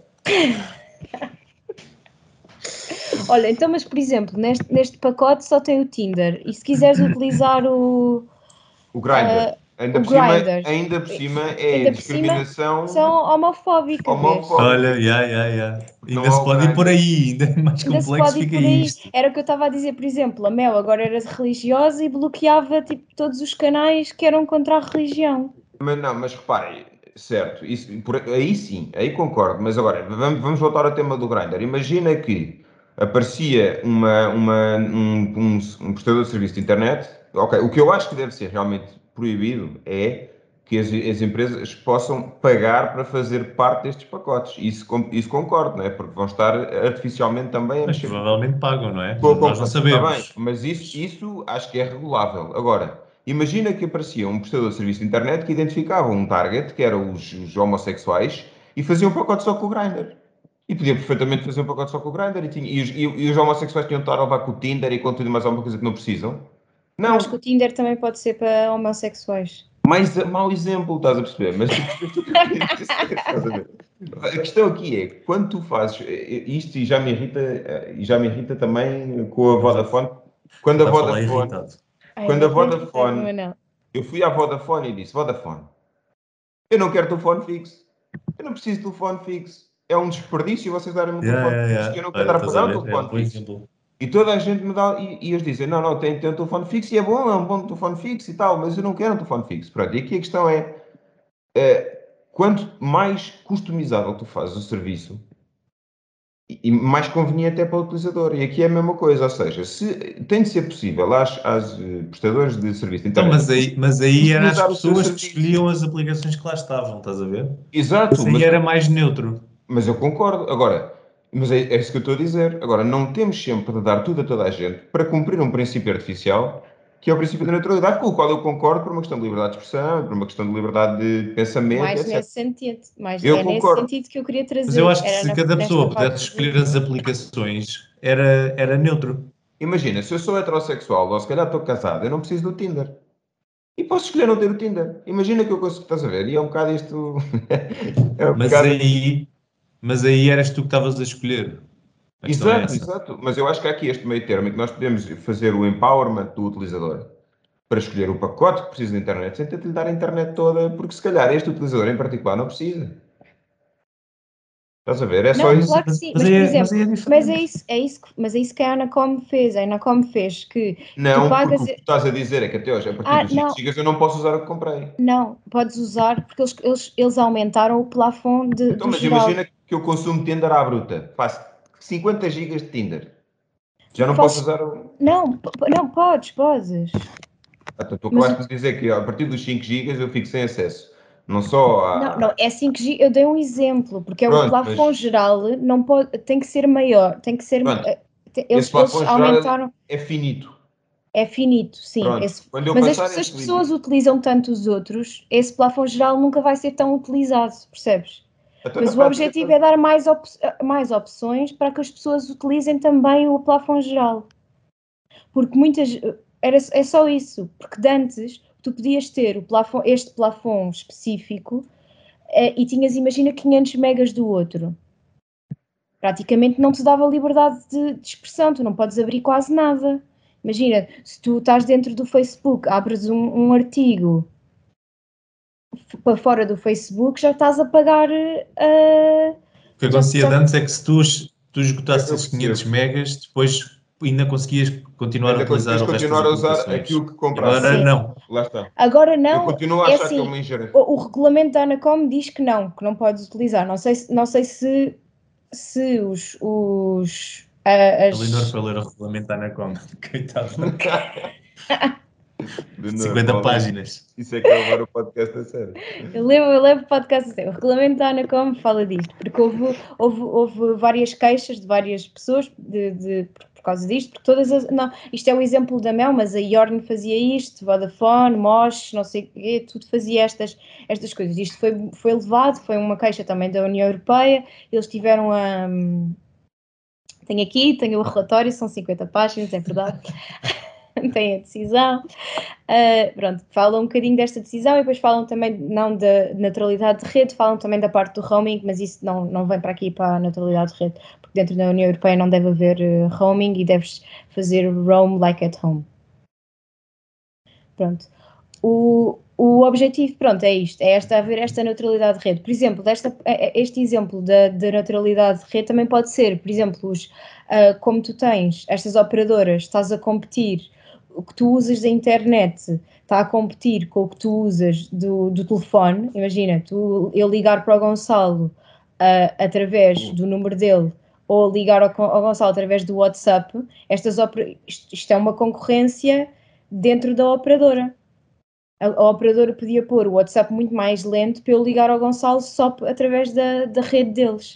Olha, então, mas por exemplo, neste, neste pacote só tem o Tinder. E se quiseres utilizar o, O Grindr. uh, Ainda, o por cima, Grindr, ainda por cima é ainda por cima discriminação são homofóbicas, vês? homofóbica. Olha, ya, ya, ya. Porque não Ainda há se o pode ir por Grindr. aí, ainda é mais Ainda se complexo pode ir fica por aí. isto. Era o que eu estava a dizer, por exemplo, a Mel agora era religiosa e bloqueava tipo, todos os canais que eram contra a religião. Mas não, mas reparem, certo, isso, por, aí sim, aí concordo, mas agora vamos, vamos voltar ao tema do Grindr. Imagina que aparecia uma, uma, um, um, um prestador de serviço de internet. Ok, o que eu acho que deve ser realmente proibido é que as, as empresas possam pagar para fazer parte destes pacotes. Isso, com- isso concordo, não é? Porque vão estar artificialmente também a Mas mexer com provavelmente pagam, não é? com a Nós não concorrência. Está bem, sabemos. mas isso, isso acho que é regulável. Agora, imagina que aparecia um prestador de serviço de internet que identificava um target, que eram os, os homossexuais, e fazia um pacote só com o Grindr. E podia perfeitamente fazer um pacote só com o Grindr. E, tinha- e os, e- e os homossexuais tinham de estar a levar com o Tinder e com tudo e mais alguma coisa que não precisam. Eu acho que Não, o Tinder também pode ser para homossexuais. mais a- mau exemplo, estás a perceber? Mas tu percebes o que eu queria dizer, estás a ver? A questão aqui é, quando tu fazes eh, eh, isto, e já me irrita, eh, e já me irrita também com a Vodafone, quando a Está a falar Vodafone, irritado. Ai, quando a agora estou irritada com o Vodafone, Manel. eu fui à Vodafone e disse, Vodafone, eu não quero telefone fixo, eu não preciso de telefone fixo, é um desperdício vocês darem-me um Ya, telefone ya, fixo, que eu ya. não quero Olha, dar a estás a pagar um ver? É um telefone bom fixo. exemplo. E toda a gente me dá, e, e eles dizem, não, não, tem, tem um telefone fixo e é bom, é um bom telefone fixo e tal, mas eu não quero um telefone fixo. Pronto, e aqui a questão é, é, quanto mais customizável tu fazes o serviço, e e mais conveniente é para o utilizador. E aqui é a mesma coisa, ou seja, se, tem de ser possível às, às eh, prestadores de serviço de Então, internet mas aí, mas aí eram as customizar o seu pessoas que serviço. escolhiam as aplicações que lá estavam, estás a ver? Exato, Isso aí mas, era mais neutro. mas eu concordo. Agora, mas é, é isso que eu estou a dizer. Agora, não temos sempre de dar tudo a toda a gente para cumprir um princípio artificial, que é o princípio da naturalidade, com o qual eu concordo por uma questão de liberdade de expressão, por uma questão de liberdade de pensamento, Mais etcétera. nesse sentido, mais, Eu é nesse concordo. sentido que eu queria Mas eu trazer. acho que Era se na- cada nesta pessoa pudesse parte escolher de... as aplicações, era, era neutro. Imagina, se eu sou heterossexual ou se calhar estou casado, eu não preciso do Tinder. E posso escolher não ter o Tinder. Imagina que eu consigo, estás a ver? E é um bocado isto. É um Mas bocado. aí, mas aí eras tu que estavas a escolher. A questão é Exato, essa. exato. Mas eu acho que há aqui este meio termo em que nós podemos fazer o empowerment do utilizador para escolher o pacote que precisa da internet sem ter de lhe dar a internet toda, porque se calhar este utilizador em particular não precisa. Estás a ver? É só Não, isso. claro que Mas, sim, mas mas aí por é, mas exemplo, aí é mas é diferente. isso, é isso, que- mas é isso que a Anacom fez. A Anacom fez que tu Não, porque pagas. o que tu estás a dizer é que até hoje, a partir Ah, dos cinco não, gigas, eu não posso usar o que comprei. não, podes usar porque eles, eles, eles aumentaram o plafond de- Então, do mas geral. imagina que eu consumo Tinder à bruta. Faço cinquenta gigas de Tinder. Já não posso Podes, usar o. não, p- p- não, podes, podes. Ah, tu tu Mas acabaste de dizer que a partir dos cinco gigas eu fico sem acesso. Não só não, a. não, é cinco G. Eu dei um exemplo, porque é o Pronto, plafond mas. geral, não pode, tem que ser maior, tem que ser. Pronto, eh, te- esse Eles, eles plafond geral ele aumentaram, é finito. é finito, sim. Pronto. Esse, Quando eu mas as, passar se as esse pessoas limite. utilizam tanto os outros, esse plafond geral nunca vai ser tão utilizado, percebes? Então, na Mas o prática, objetivo é estás- dar mais, op mais opções para que as pessoas utilizem também o plafond geral. Porque muitas. Era, é só isso. Porque de antes tu podias ter o plafond, este plafond específico eh, e tinhas, imagina, quinhentos megas do outro. Praticamente não te dava liberdade de, de expressão, tu não podes abrir quase nada. Imagina, se tu estás dentro do Facebook, abres um, um artigo para fora do Facebook, já estás a pagar. Uh, O que já, acontecia de já, antes é que se tu, tu eu, esgotasses eu esses quinhentos percebo. megas, depois ainda conseguias continuar a Ainda utilizar conseguias o resto das continuar a usar aplicações. aquilo que compraste. Agora sim. não. Lá está. Agora Eu não, continuo a é achar que é assim, uma ingerência. o, o regulamento da Anacom diz que não, que não podes utilizar. Não sei, se- não sei se, se os, os a- A Leonor as, foi ler o regulamento da Anacom. Coitada. cinquenta páginas. Isso é que é levar o podcast a sério. Eu levo, eu levo o podcast a sério. O regulamento da ANACOM fala disto, porque houve, houve, houve várias queixas de várias pessoas de, de, por, por causa disto, porque todas as... Não, isto é o exemplo da Mel, mas a Yorn fazia isto, Vodafone, Mosh, não sei o quê, tudo fazia estas, estas coisas. Isto foi, foi levado, foi uma queixa também da União Europeia, eles tiveram a... Tenho aqui, tenho o relatório, são cinquenta páginas, é verdade. Tem a decisão. Uh, pronto, falam um bocadinho desta decisão e depois falam também, não da neutralidade de rede, falam também da parte do roaming, mas isso não, não vem para aqui para a neutralidade de rede, porque dentro da União Europeia não deve haver uh, roaming e deves fazer roam like at home. Pronto. O, o objetivo, pronto, é isto, é esta, haver esta neutralidade de rede. Por exemplo, desta, este exemplo da, da neutralidade de rede também pode ser, por exemplo, os, uh, como tu tens estas operadoras, estás a competir, o que tu usas da internet está a competir com o que tu usas do, do telefone. Imagina, tu, eu ligar para o Gonçalo uh, através do número dele ou ligar ao, ao Gonçalo através do WhatsApp, estas isto, isto é uma concorrência dentro da operadora. A, a operadora podia pôr o WhatsApp muito mais lento para eu ligar ao Gonçalo só através da, da rede deles.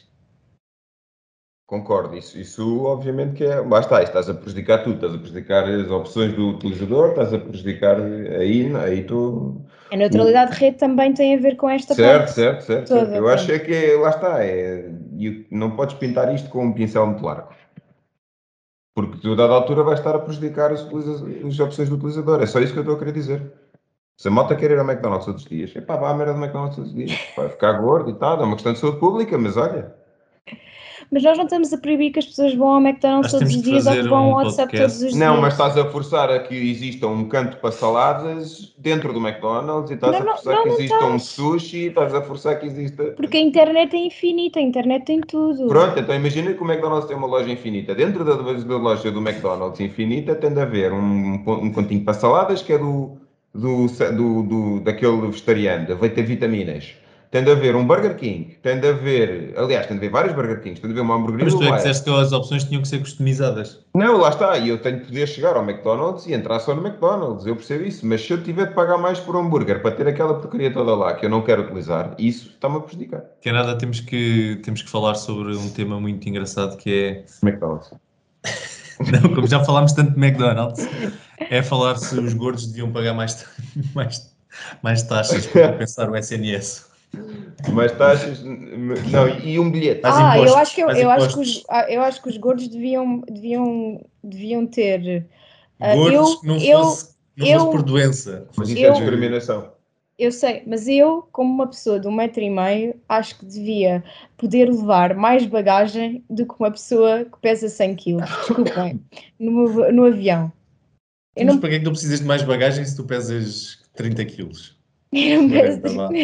Concordo, isso, isso obviamente que é, lá está, estás a prejudicar tudo, estás a prejudicar as opções do utilizador, estás a prejudicar aí, aí tu... A neutralidade o... de rede também tem a ver com esta certo, parte. Certo, certo, toda, certo. Eu acho é que é, lá está, é, não podes pintar isto com um pincel muito largo. Porque tu, a dada altura, vais estar a prejudicar as, as opções do utilizador, é só isso que eu estou a querer dizer. Se a malta quer ir ao McDonald's todos os dias, epá, vá à merda do McDonald's todos os dias, vai ficar gordo e tal, é uma questão de saúde pública, mas olha... Mas nós não estamos a proibir que as pessoas vão ao McDonald's todos os dias ou que vão ao WhatsApp todos os dias. Não, mas estás a forçar a que exista um canto para saladas dentro do McDonald's e estás não, a forçar não, não, que exista um sushi e estás a forçar que exista... Porque a internet é infinita, a internet tem tudo. Pronto, então imagina que o McDonald's tem uma loja infinita. Dentro da, da loja do McDonald's infinita tem de haver um, um cantinho para saladas que é do, do, do, do, daquele vegetariano, vai ter vitaminas. Tem de haver um Burger King, tem de haver, aliás, tem de haver vários Burger Kings, tem de haver uma hamburgueria. Mas tu é que disseste que as opções tinham que ser customizadas. Não, lá está, e eu tenho de poder chegar ao McDonald's e entrar só no McDonald's, eu percebo isso, mas se eu tiver de pagar mais por um hambúrguer para ter aquela porcaria toda lá que eu não quero utilizar, isso está-me a prejudicar. Que é nada, temos que, temos que falar sobre um tema muito engraçado que é... McDonald's. Não, como já falámos tanto de McDonald's, é falar se os gordos deviam pagar mais, mais, mais taxas para compensar o S N S. Mais taxas, não, e um bilhete. Ah, impostos, eu acho que eu, eu acho que os, eu acho que os gordos deviam deviam deviam ter uh, gordos eu, que não eu, fosse, não eu, fosse por doença. Mas isso eu, é discriminação. Eu sei, mas eu, como uma pessoa de um metro e meio, acho que devia poder levar mais bagagem do que uma pessoa que pesa cem quilos. Desculpem, no, no avião. Eu mas não... para que é que tu precisas de mais bagagem se tu pesas trinta quilos? Eu não peso...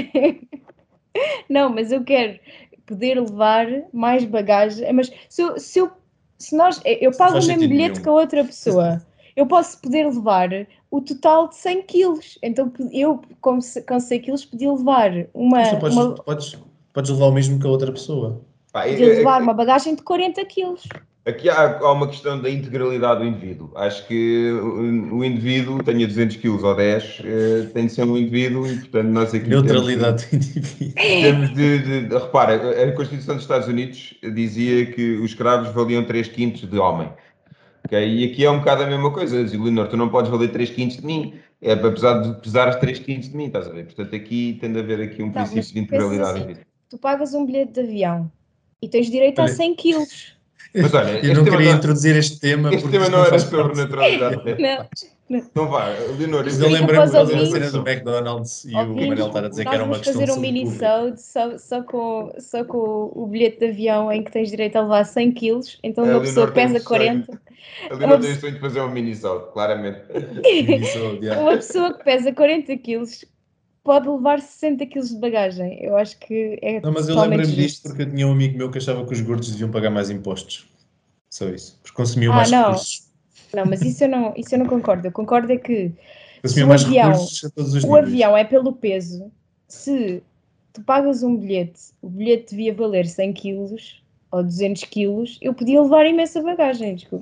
Não, mas eu quero poder levar mais bagagem. Mas se, eu, se, eu, se nós... Eu pago o mesmo bilhete que a outra pessoa. Eu posso poder levar o total de cem quilos. Então eu, com cem quilos, podia levar uma... Mas tu podes, uma... Podes, podes levar o mesmo que a outra pessoa. Ah, podia é, levar é, uma bagagem de quarenta quilos. Aqui há, há uma questão da integralidade do indivíduo. Acho que o, o indivíduo, tenha duzentos quilos ou dez, eh, tem de ser um indivíduo e, portanto, nós aqui neutralidade temos do indivíduo. Temos de, de, de... Repara, a Constituição dos Estados Unidos dizia que os escravos valiam três quintos de homem. Okay? E aqui é um bocado a mesma coisa. Eu digo, Leonor, tu não podes valer três quintos de mim, é apesar de pesares três quintos de mim, estás a ver? Portanto, aqui tem de haver aqui um não, princípio de integralidade. Assim, tu pagas um bilhete de avião e tens direito a cem quilos. Mas olha, eu não queria não... introduzir este tema. Este tema não, não era sobre neutralidade. Não. Então vá, Leonor. Eu lembrei-me da cena do McDonald's e ouvintes, o Manel estar a dizer que era uma questão de fazer um mini-sode só, só, com, só com o bilhete de avião em que tens direito a levar cem quilos, então uma pessoa pesa quarenta. A Leonor tem o sonho de fazer um mini-sode, claramente. Mini-sode, yeah. Uma pessoa que pesa quarenta quilos pode levar sessenta quilos de bagagem. Eu acho que é Não, mas eu lembrei-me disto porque eu tinha um amigo meu que achava que os gordos deviam pagar mais impostos. Só isso. Porque consumiam ah, mais não. recursos. Não, mas isso eu não, isso eu não concordo. Eu concordo é que se o, mais avião, recursos a todos os o avião é pelo peso. Se tu pagas um bilhete, o bilhete devia valer cem quilos ou duzentos quilos, eu podia levar imensa bagagem, desculpa.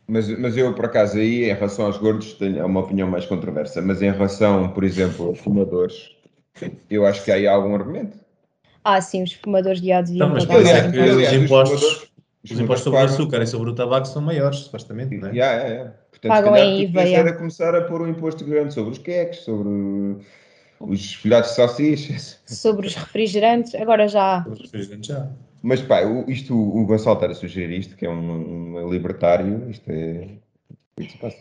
Mas, mas eu, por acaso, aí, em relação aos gordos, tenho uma opinião mais controversa. Mas em relação, por exemplo, a fumadores, eu acho que há aí algum argumento. Ah, sim, os fumadores de ar Então, deviam mas pagar por isso mais é Aliás, que e, os impostos. aliás, os fumadores, impostos, os os fumadores impostos sobre o pagam. açúcar e sobre o tabaco são maiores, supostamente, não é? Yeah, yeah, yeah. Portanto, se Pagam calhar em tu I V A, devias era yeah. começar a pôr um imposto grande sobre os queques, sobre os folhados de salsichas. Sobre os refrigerantes, agora já há. Sobre os refrigerantes já. Mas pá, o- isto, o o Gonçalo estar a sugerir isto, que é um, um libertário, isto é. O que é que se passa?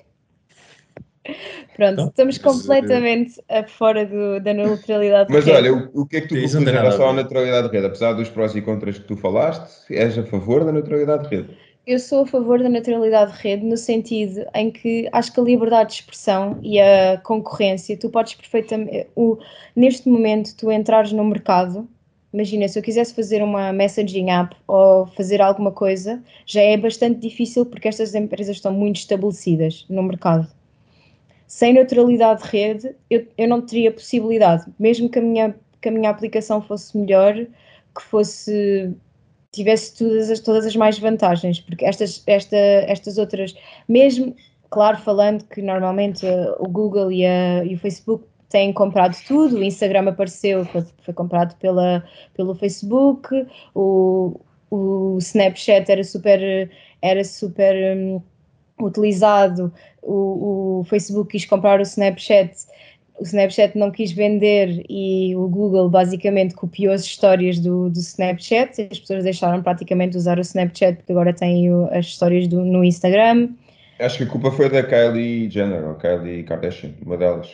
Pronto, Então, estamos mas eh, completamente a fora do- da neutralidade de Mas rede. olha, o, o que é que tu isso não concluís tem em nada a relação à ver. neutralidade de rede? Apesar dos prós e contras que tu falaste, és a favor da neutralidade de rede? Eu sou a favor da neutralidade de rede no sentido em que acho que a liberdade de expressão e a concorrência, tu podes perfeitamente, o, neste momento, tu entrares no mercado, imagina, se eu quisesse fazer uma messaging app ou fazer alguma coisa, já é bastante difícil porque estas empresas estão muito estabelecidas no mercado. Sem neutralidade de rede, eu, eu não teria possibilidade, mesmo que a minha, que a minha aplicação fosse melhor, que fosse tivesse todas as, todas as mais vantagens, porque estas, esta, estas outras, mesmo, claro, falando que normalmente uh, o Google e, a, e o Facebook têm comprado tudo, o Instagram apareceu, foi, foi comprado pela, pelo Facebook, o, o Snapchat era super, era super um, utilizado, o, o Facebook quis comprar o Snapchat, o Snapchat não quis vender e o Google basicamente copiou as histórias do, do Snapchat, as pessoas deixaram praticamente de usar o Snapchat porque agora têm o, as histórias do, no Instagram. Acho que a culpa foi da Kylie Jenner, ou Kylie Kardashian, uma delas.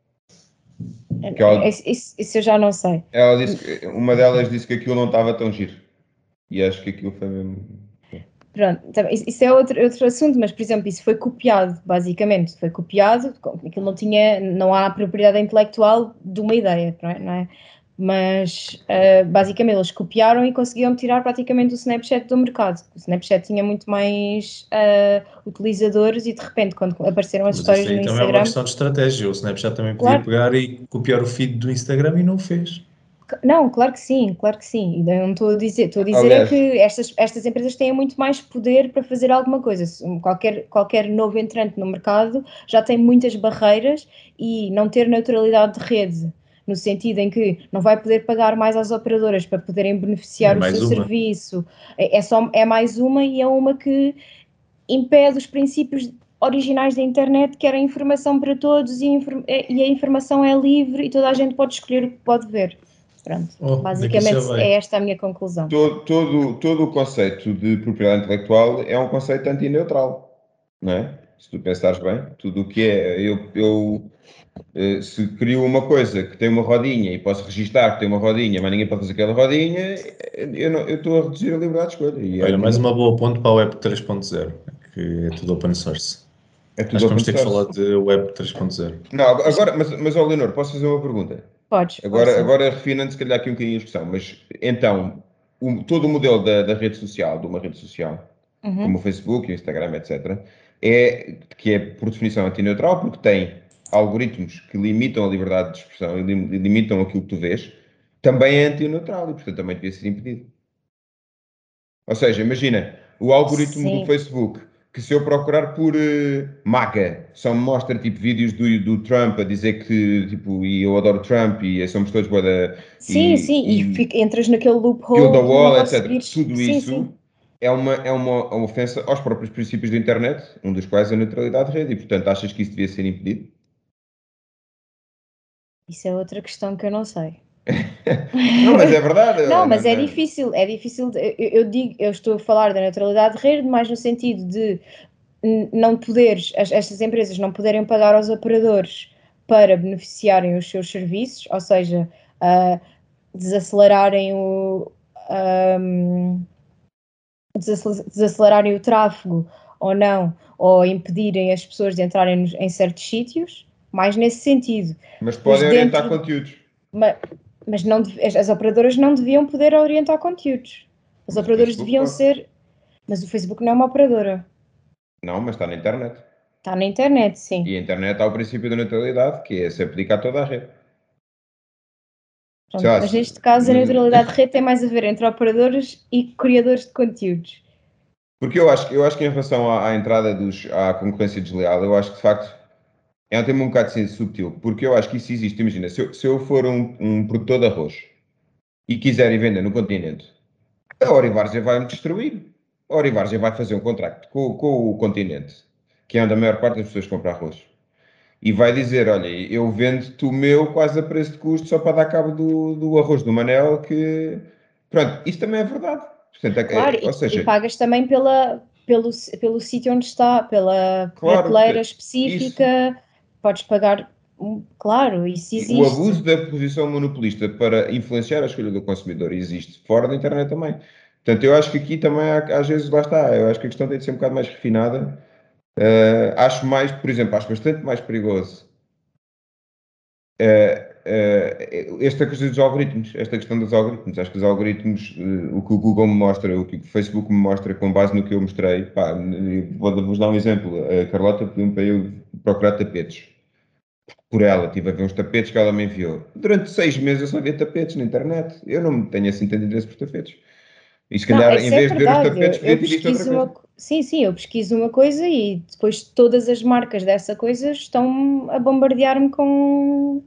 Que ela, Isso, isso, isso eu já não sei. ela disse que, uma delas disse que aquilo não estava tão giro. E acho que aquilo foi mesmo. Pronto, isso é outro, outro assunto, mas por exemplo, isso foi copiado, basicamente, foi copiado, aquilo não tinha, não há propriedade intelectual de uma ideia, não é? Não é? Mas uh, basicamente eles copiaram e conseguiam tirar praticamente o Snapchat do mercado. O Snapchat tinha muito mais uh, utilizadores e de repente, quando apareceram as Mas isso histórias no aí também é uma Instagram, questão de estratégia. O Snapchat também podia claro. pegar e copiar o feed do Instagram e não o fez. Não, claro que sim, claro que sim. E eu não estou a dizer, estou a dizer é Aliás, que estas, estas empresas têm muito mais poder para fazer alguma coisa. Qualquer, qualquer novo entrante no mercado já tem muitas barreiras e não ter neutralidade de rede, no sentido em que não vai poder pagar mais às operadoras para poderem É beneficiar o mais seu uma. serviço. É, é, só, é mais uma e é uma que impede os princípios originais da internet, que era a informação para todos e a, inform e a informação é livre e toda a gente pode escolher o que pode ver. Pronto, Oh, daqui já basicamente vai. é esta a minha conclusão. todo, todo, todo o conceito de propriedade intelectual é um conceito antineutral, não é? Se tu pensares bem, tudo o que é. Eu, eu eh, se crio uma coisa que tem uma rodinha e posso registar que tem uma rodinha, mas ninguém pode fazer aquela rodinha, eh, eu não- eu estou a reduzir a liberdade de escolha. E é Olha, mais uma antineutral. boa ponte para o Web três ponto zero, que é tudo open source. É tudo Acho que open vamos ter que falar source. de Web três ponto zero. Não, agora, mas, mas ó, Leonor, posso fazer uma pergunta? Podes, Agora, força. agora refinando se calhar aqui um bocadinho a discussão, mas então, o- todo o modelo da, da rede social, de uma rede social, como o Uhum. Facebook, o Instagram, etcétera, é, que é por definição antineutral, porque tem algoritmos que limitam a liberdade de expressão e lim- limitam aquilo que tu vês, também é antineutral e, portanto, também devia ser impedido. Ou seja, imagina, o algoritmo do Sim, Facebook, que se eu procurar por eh, MAGA, só me mostra tipo vídeos do, do Trump a dizer que tipo, e eu adoro Trump e somos todos boa da, sim, e, sim, e e fica- entras naquele kill the loophole de não wall, etcétera. conseguires. Tudo Sim, sim. isso é uma, é uma, uma ofensa aos próprios princípios da internet, um dos quais é a neutralidade de rede, e portanto achas que isso devia ser impedido? Isso é outra questão que eu não sei. Não, mas é verdade. Não, Não, mas é não. difícil, é difícil. de- Eu, eu digo, eu estou a falar da neutralidade de rede, mais no sentido de n- não poderes, as- estas empresas não poderem pagar aos operadores para beneficiarem os seus serviços, ou seja, ah, desacelerarem o, ahm, desacel- desacelerarem o tráfego ou não, ou impedirem as pessoas de entrarem nos- em certos sítios, mais nesse sentido. Mas Mas podem orientar dentro, conteúdos. ma- mas não, deve- as, as operadoras não deviam poder orientar conteúdos. As Mas o operadoras Facebook deviam pode. ser, mas o Facebook não é uma operadora. Não, mas está na internet. Está na internet, E sim. a internet há o princípio da neutralidade, que é se aplica a toda a rede. Sei Pronto, lá, mas se- neste caso a mas- neutralidade de rede tem mais a ver entre operadores e criadores de conteúdos. Porque eu acho, eu acho que em relação à, à entrada dos, à concorrência desleal, eu acho que de facto é um tema um bocado assim, subtil, porque eu acho que isso existe. Imagina, se eu, se eu for um, um produtor de arroz e quiser ir vender no continente, a Orivargia vai-me destruir. A Orivargia vai fazer um contrato com, com o continente, que é onde a maior parte das pessoas compra arroz. E vai dizer, olha, eu vendo-te o meu quase a preço de custo só para dar cabo do, do arroz do Manel, que... Pronto, isso também é verdade. Portanto, é- Claro, é- ou e, e seja, pagas também pela, pelo, pelo sítio onde está, pela claro, prateleira portanto, isso, específica, podes pagar, hum, claro, isso e o abuso existe. da posição monopolista para influenciar a escolha do consumidor existe fora da internet também. Portanto, eu acho que aqui também, há- às vezes, lá está, eu acho que a questão tem de ser um bocado mais refinada. Uh, acho mais, por exemplo, acho bastante mais perigoso uh, uh, esta questão dos algoritmos, esta questão dos algoritmos. Acho que os algoritmos, uh, o que o Google me mostra, o que o Facebook me mostra, com base no que eu mostrei, pá, vou-vos dar um exemplo. A Carlota pediu-me para eu procurar tapetes. Por ela, estive a ver uns tapetes que ela me enviou. Durante seis meses eu só via tapetes na internet. Eu não tenho assim tanto interesse por tapetes. E se Não, calhar, em isso é vez de ver os verdade. Eu, tapetes, eu podia ter visto outra pesquiso uma, coisa. co- sim, sim, eu pesquiso uma coisa e depois todas as marcas dessa coisa estão a bombardear-me com,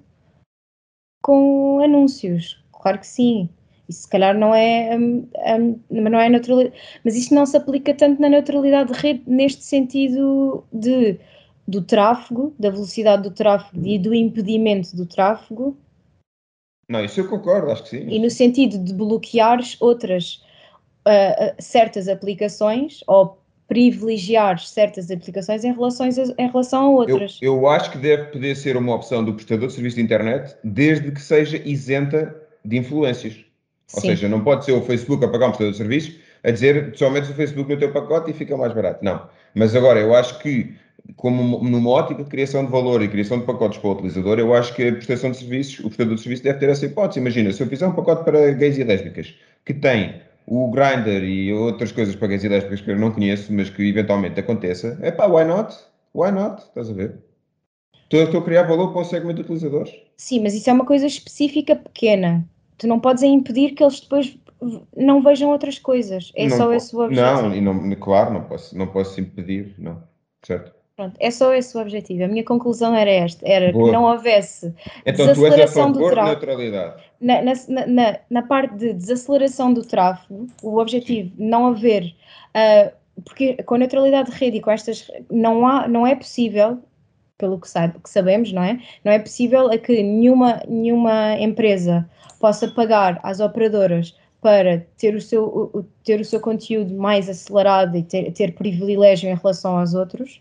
com anúncios. Claro que sim. Isso se calhar não é, hum, hum, não é neutralidade, mas isto não se aplica tanto na neutralidade de rede neste sentido de do tráfego, da velocidade do tráfego e do impedimento do tráfego, Não, isso eu concordo, acho que sim. e Acho no que sim. sentido de bloqueares outras uh, uh, certas aplicações ou privilegiar certas aplicações em relação a, em relação a Eu, outras. eu acho que deve poder ser uma opção do prestador de serviço de internet, desde que seja isenta de influências. Ou Sim. seja, não pode ser o Facebook a pagar um prestador de serviços a dizer só metes o Facebook no teu pacote e fica mais barato. Não. Mas agora, eu acho que, como numa ótica de criação de valor e criação de pacotes para o utilizador, eu acho que a prestação de serviços, o prestador de serviço deve ter essa hipótese. Imagina, se eu fizer um pacote para gays e lésbicas, que tem o Grindr e outras coisas para gays e lésbicas que eu não conheço, mas que eventualmente aconteça, é pá, why not? Why not? Estás a ver? Estou, estou a criar valor para o segmento de utilizadores. Sim, mas isso é uma coisa específica pequena. Tu não podes é impedir que eles depois não vejam outras coisas. É Não, só po- esse o não, e objetivo. não, claro, não posso, não posso impedir, não. Certo? Pronto, é só esse o objetivo. A minha conclusão era esta, era que não Boa. houvesse Então tu és a desaceleração do favor de tráfego. neutralidade. Na, na, na, na parte de desaceleração do tráfego, o Sim. objetivo de não haver, uh, porque com a neutralidade de rede e com estas, não, há, não é possível, pelo que, sabe, que sabemos, não é? Não é possível a que nenhuma, nenhuma empresa possa pagar às operadoras para ter o seu, o, ter o seu conteúdo mais acelerado e ter, ter privilégio em relação aos outros,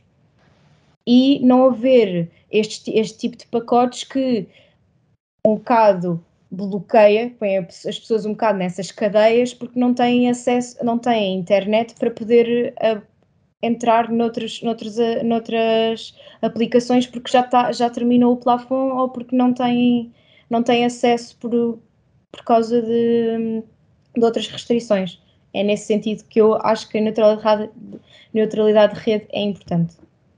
e não haver este, este tipo de pacotes que um bocado bloqueia, põe as pessoas um bocado nessas cadeias porque não têm acesso, não têm internet para poder uh, entrar noutros, noutros, uh, noutras aplicações porque já, tá, já terminou o plafond ou porque não têm, não têm acesso por, por causa de, de outras restrições. É nesse sentido que eu acho que a neutralidade, neutralidade de rede é importante.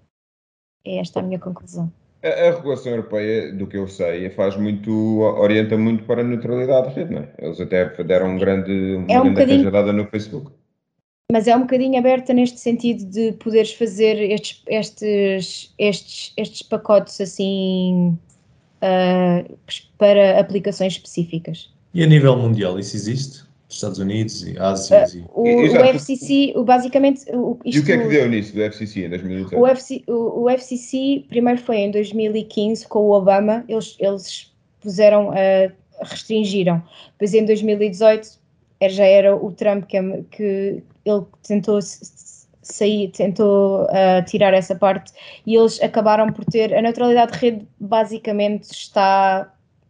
É esta a minha conclusão. A, a regulação europeia, do que eu sei, faz muito, orienta muito para a neutralidade de rede, não é? Eles até deram um grande, É uma um grande bocadinho, cajadada no Facebook. mas é um bocadinho aberta neste sentido de poderes fazer estes, estes, estes, estes pacotes assim uh, para aplicações específicas. E a nível mundial, isso existe? Estados Unidos e Ásia Uh, e... o, o Exato. F C C, o, basicamente, o, E o que é que isto, deu nisso do F C C em dois mil e o, dezoito? F C, o, o F C C primeiro foi em dois mil e quinze com o Obama, eles, eles puseram, uh, restringiram. Depois em dois mil e dezoito já era o Trump que, que ele tentou sair, tentou uh, tirar essa parte e eles acabaram por ter, a neutralidade de rede basicamente está,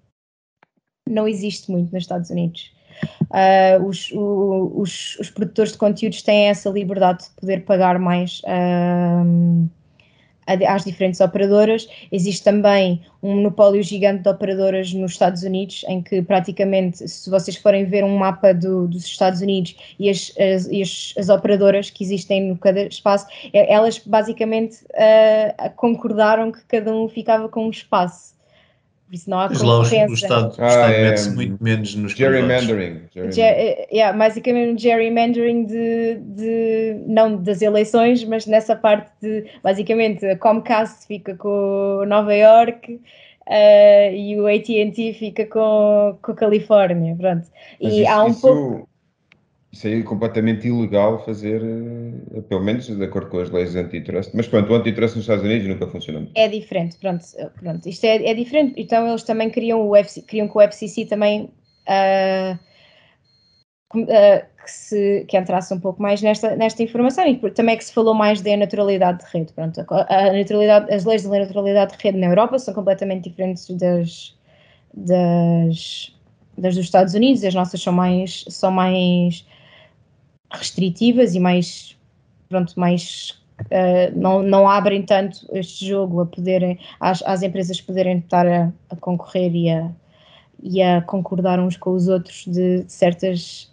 não existe muito nos Estados Unidos. Uh, os, o, os, os produtores de conteúdos têm essa liberdade de poder pagar mais uh, às diferentes operadoras. Existe também um monopólio gigante de operadoras nos Estados Unidos, em que praticamente, se vocês forem ver um mapa do, dos Estados Unidos e as, as, e as, as operadoras que existem no cada espaço, elas basicamente uh, concordaram que cada um ficava com um espaço. por isso não há Mas lá o, o concorrência. Estado, o Ah, Estado é, mete-se muito menos nos privados. Gerrymandering. gerrymandering. Ge- yeah, basicamente um gerrymandering de, de, não das eleições, mas nessa parte de, basicamente, a Comcast fica com Nova York uh, e o A T and T fica com, com a Califórnia, pronto. Mas E isso, há um isso, pouco... isso é completamente ilegal fazer, eh, pelo menos de acordo com as leis antitrust. Mas pronto, o antitrust nos Estados Unidos nunca funcionou. É diferente, pronto, pronto isto é, é diferente, então eles também queriam, o F C, queriam que o F C C também... Uh, Uh, que, se, que entrasse um pouco mais nesta, nesta informação e também é que se falou mais da neutralidade de rede. Pronto, a, a neutralidade, as leis de neutralidade de rede na Europa são completamente diferentes das, das, das dos Estados Unidos, as nossas são mais, são mais restritivas e mais, pronto, mais uh, não, não abrem tanto este jogo a poderem, às, às empresas poderem estar a, a concorrer e a, e a concordar uns com os outros de, de certas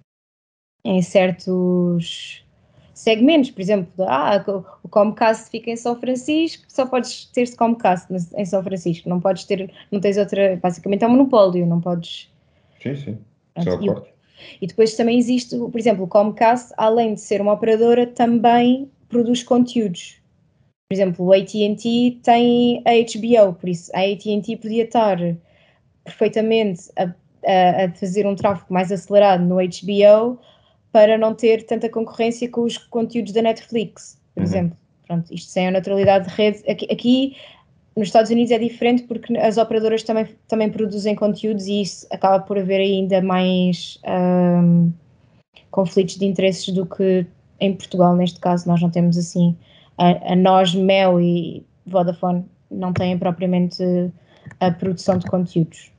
em certos segmentos, por exemplo, ah, o Comcast fica em São Francisco, só podes ter Comcast em São Francisco, não podes ter, não tens outra, basicamente é um monopólio, não podes... Sim, sim, isso é o corte. E depois também existe, por exemplo, o Comcast, além de ser uma operadora, também produz conteúdos. Por exemplo, o A T and T tem a H B O, por isso a A T and T podia estar perfeitamente a, a, a fazer um tráfego mais acelerado no H B O para não ter tanta concorrência com os conteúdos da Netflix, por uhum. exemplo. Pronto, isto sem a neutralidade de rede. Aqui, aqui, nos Estados Unidos é diferente porque as operadoras também, também produzem conteúdos e isso acaba por haver ainda mais um, conflitos de interesses do que em Portugal, neste caso. Nós não temos assim. A, a nós, Mel e Vodafone não têm propriamente a produção de conteúdos.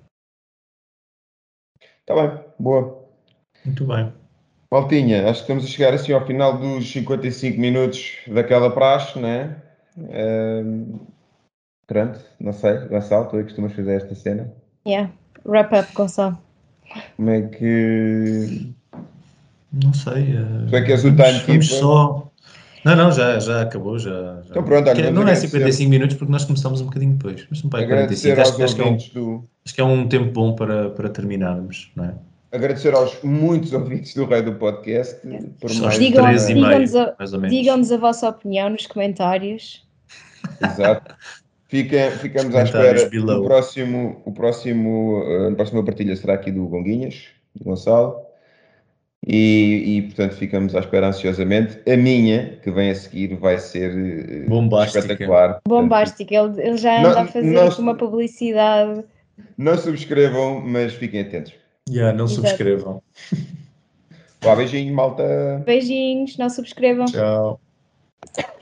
Está bem, boa. Muito bem. Maltinha, acho que estamos a chegar assim ao final dos cinquenta e cinco minutos daquela praxe, não é? Um, pronto, não sei, Gonçalo, tu é que costumas fazer esta cena? Yeah, wrap up, Gonçalo. Como é que... Não sei. Uh, tu é que és o vamos, timekeeper? vamos só... Não, não, já, já acabou, já... já. Então pronto, olha, não é cinquenta e cinco minutos porque nós começamos um bocadinho depois, mas não vai quarenta e cinco. Acho, acho, que é um, do... acho que é um tempo bom para, para terminarmos, não é? Agradecer aos muitos ouvintes do Rei do Podcast por mais digam, três e meio, a, mais ou menos. Digam-nos a vossa opinião nos comentários. Exato. Fica, ficamos à espera. O próximo, o próximo, a próxima partilha será aqui do Gonguinhas, do Gonçalo. E, e, portanto, ficamos à espera ansiosamente. A minha, que vem a seguir, vai ser bombástica. espetacular. Bombástica. Ele, ele já anda não, a fazer não, uma publicidade. Não subscrevam, mas fiquem atentos. Yeah, não Exato. Subscrevam. Boa, beijinho, malta. Beijinhos, não subscrevam. Tchau.